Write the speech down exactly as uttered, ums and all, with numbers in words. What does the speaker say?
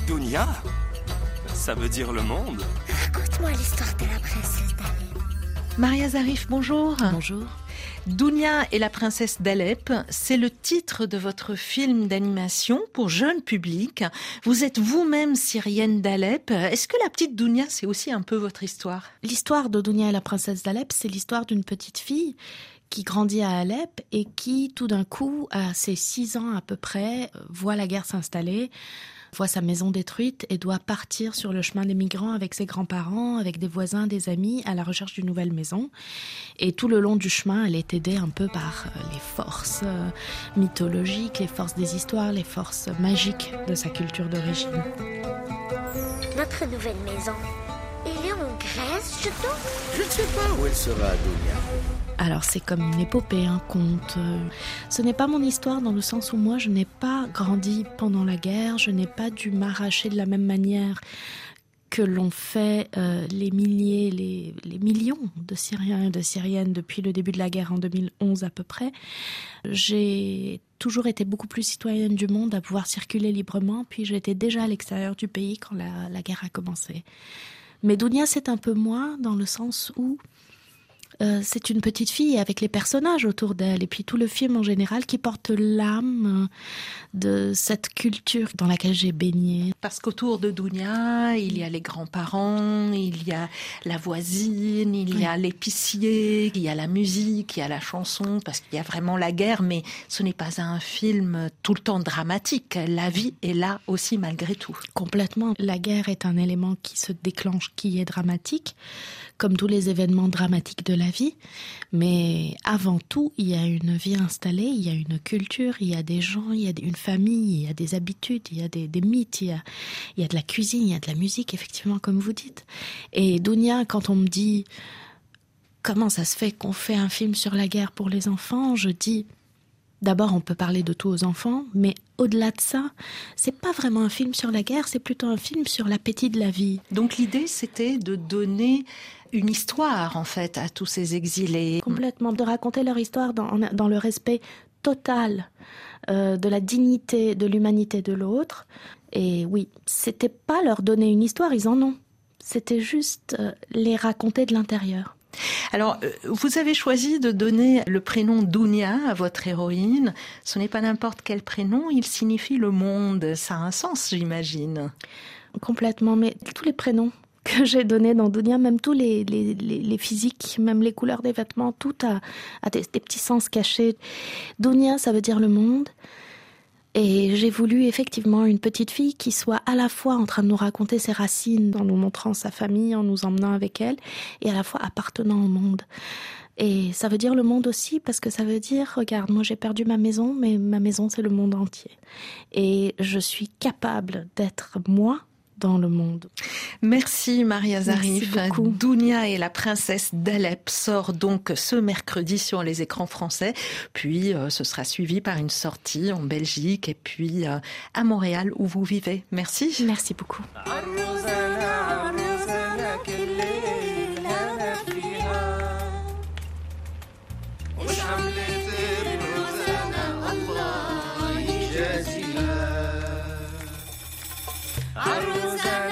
Dounia, ça veut dire le monde. Raconte-moi l'histoire de la princesse d'Alep. Maria Zarif, bonjour. Bonjour. Dounia et la princesse d'Alep, c'est le titre de votre film d'animation pour jeune public. Vous êtes vous-même syrienne d'Alep. Est-ce que la petite Dounia, c'est aussi un peu votre histoire ? L'histoire de Dounia et la princesse d'Alep, c'est l'histoire d'une petite fille qui grandit à Alep et qui, tout d'un coup, à ses six ans à peu près, voit la guerre s'installer, voit sa maison détruite et doit partir sur le chemin des migrants avec ses grands-parents, avec des voisins, des amis, à la recherche d'une nouvelle maison. Et tout le long du chemin, elle est aidée un peu par les forces mythologiques, les forces des histoires, les forces magiques de sa culture d'origine. Notre nouvelle maison, elle est en Grèce, je trouve. Je ne sais pas où elle sera, Dounia. Alors c'est comme une épopée, un conte. Ce n'est pas mon histoire dans le sens où moi je n'ai pas grandi pendant la guerre, je n'ai pas dû m'arracher de la même manière que l'ont fait euh, les milliers, les, les millions de Syriens et de Syriennes depuis le début de la guerre en deux mille onze à peu près. J'ai toujours été beaucoup plus citoyenne du monde à pouvoir circuler librement, puis j'étais déjà à l'extérieur du pays quand la, la guerre a commencé. Mais Dounia c'est un peu moi dans le sens où Euh, c'est une petite fille avec les personnages autour d'elle et puis tout le film en général qui porte l'âme de cette culture dans laquelle j'ai baigné. Parce qu'autour de Dounia, il y a les grands-parents, il y a la voisine, il y a oui. l'épicier, il y a la musique, il y a la chanson, parce qu'il y a vraiment la guerre, mais ce n'est pas un film tout le temps dramatique. La vie est là aussi malgré tout. Complètement. La guerre est un élément qui se déclenche, qui est dramatique, comme tous les événements dramatiques de la vie, mais avant tout, il y a une vie installée, il y a une culture, il y a des gens, il y a une famille, il y a des habitudes, il y a des, des mythes, il y a, il y a de la cuisine, il y a de la musique, effectivement, comme vous dites. Et Dounia, quand on me dit comment ça se fait qu'on fait un film sur la guerre pour les enfants, je dis d'abord, on peut parler de tout aux enfants, mais au-delà de ça, c'est pas vraiment un film sur la guerre, c'est plutôt un film sur l'appétit de la vie. Donc l'idée, c'était de donner une histoire, en fait, à tous ces exilés. Complètement, de raconter leur histoire dans, dans le respect total euh, de la dignité, de l'humanité de l'autre. Et oui, c'était pas leur donner une histoire, ils en ont. C'était juste euh, les raconter de l'intérieur. Alors, vous avez choisi de donner le prénom Dounia à votre héroïne. Ce n'est pas n'importe quel prénom, il signifie le monde. Ça a un sens, j'imagine. Complètement, mais tous les prénoms que j'ai donnés dans Dounia, même tous les, les, les, les physiques, même les couleurs des vêtements, tout a, a des, des petits sens cachés. Dounia, ça veut dire le monde. Et j'ai voulu effectivement une petite fille qui soit à la fois en train de nous raconter ses racines, en nous montrant sa famille, en nous emmenant avec elle, et à la fois appartenant au monde. Et ça veut dire le monde aussi, parce que ça veut dire, regarde, moi j'ai perdu ma maison, mais ma maison c'est le monde entier. Et je suis capable d'être moi dans le monde. Merci Maria Zarif. Merci beaucoup. Dounia et la princesse d'Alep sort donc ce mercredi sur les écrans français, puis euh, ce sera suivi par une sortie en Belgique et puis euh, à Montréal où vous vivez. Merci. Merci beaucoup. عروسنا